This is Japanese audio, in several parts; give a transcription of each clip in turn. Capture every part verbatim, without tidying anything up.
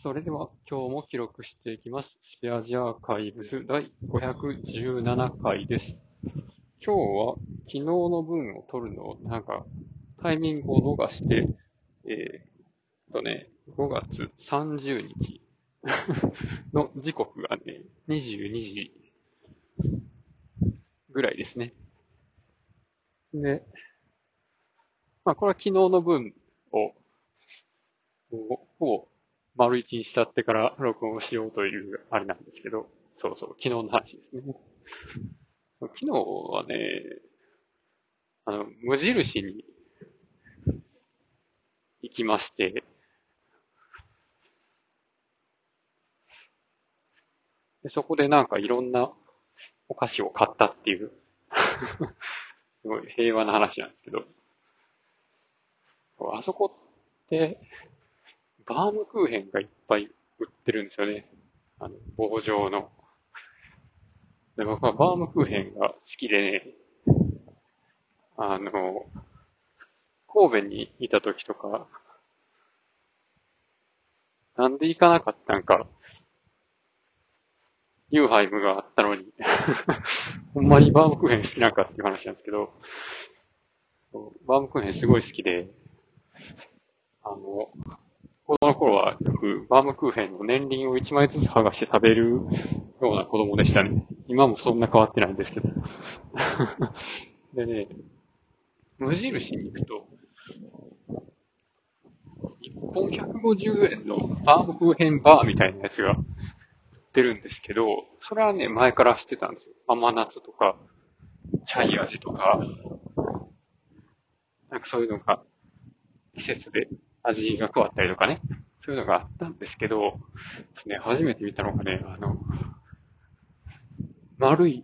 それでは今日も記録していきます。スペアジアーカイブス第ごひゃくじゅうななかいです。今日は昨日の分を取るのをなんかタイミングを逃して、えー、っとね、ごがつさんじゅうにちの時刻がね、にじゅうにじぐらいですね。で、まあこれは昨日の分をほぼ丸一にしちゃってから録音しようというあれなんですけど、そうそう、昨日の話ですね。昨日はね、あの、無印に行きまして、でそこでなんかいろんなお菓子を買ったっていうすごい平和な話なんですけど、あそこって、バームクーヘンがいっぱい売ってるんですよね。あの、棒状の。で、僕はバームクーヘンが好きでね、あの、神戸にいた時とか、なんで行かなかったんか、ユーハイムがあったのにほんまにバームクーヘン好きなんかっていう話なんですけど、バームクーヘンすごい好きで、あの、子供の頃はよくバームクーヘンの年輪をいちまいずつ剥がして食べるような子供でしたね。今もそんな変わってないんですけど。でね、無印に行くと、いっぽんひゃくごじゅうえんのバームクーヘンバーみたいなやつが売ってるんですけど、それはね、前から知ってたんですよ。甘夏とか、チャイ味とか、なんかそういうのが季節で味が変わったりとかね、そういうのがあったんですけど、ね、初めて見たのがね、あの、丸い、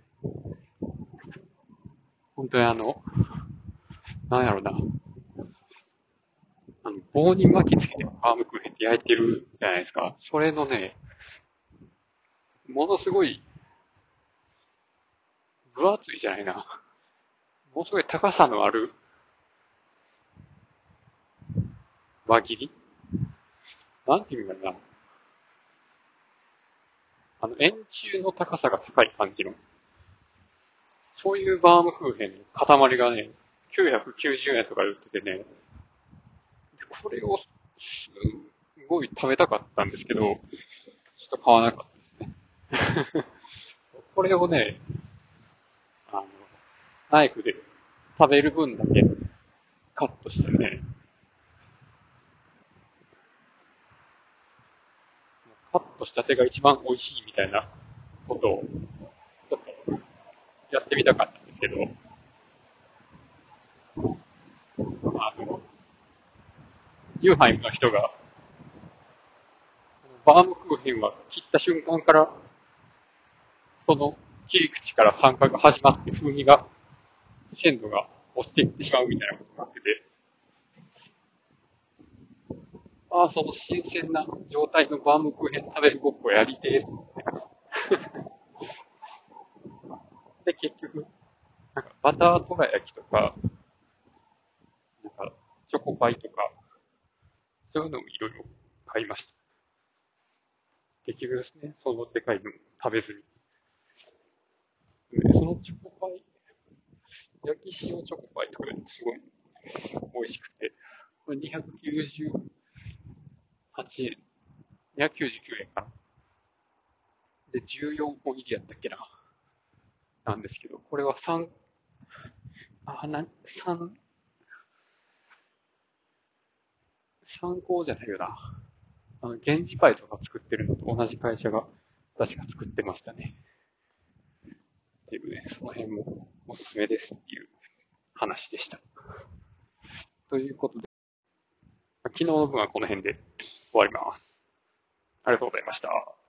本当にあの、なんやろな、あの、棒に巻きつけてバームクーヘンって焼いてるじゃないですか。それのね、ものすごい分厚いじゃないな。ものすごい高さのある輪切りなんていうんだろうな。あの、円柱の高さが高い感じの。そういうバームクーヘンの塊がね、きゅうひゃくきゅうじゅうえんとかで売っててね、これをすごい食べたかったんですけど、ちょっと買わなかったですね。これをね、あの、ナイフで食べる分だけカットしてね、カットしたてが一番美味しいみたいなことを、ちょっとやってみたかったんですけど、あの、ユーハイムの人が、バームクーヘンは切った瞬間から、その切り口から酸化が始まって風味が、鮮度が落ちていってしまうみたいなことになってて、ああ、その新鮮な状態のバームクーヘン食べるごっこやりてーで、結局、なんかバタートラ焼きとか、なんかチョコパイとか、そういうのもいろいろ買いました。結局ですね、そのでかいの食べずに。でそのチョコパイ、焼き塩チョコパイとかすごい美味しくて、これにひゃくきゅうじゅうはちえん、にひゃくきゅうじゅうきゅうえんかな。で、じゅうよんほん入りやったっけな。なんですけど、これはさん、あ、な、さん、さんこうじゃないよな。あの、源氏パイとか作ってるのと同じ会社が確か作ってましたね。っていうね、その辺もおすすめですっていう話でした。ということで、昨日の分はこの辺で終わります。ありがとうございました。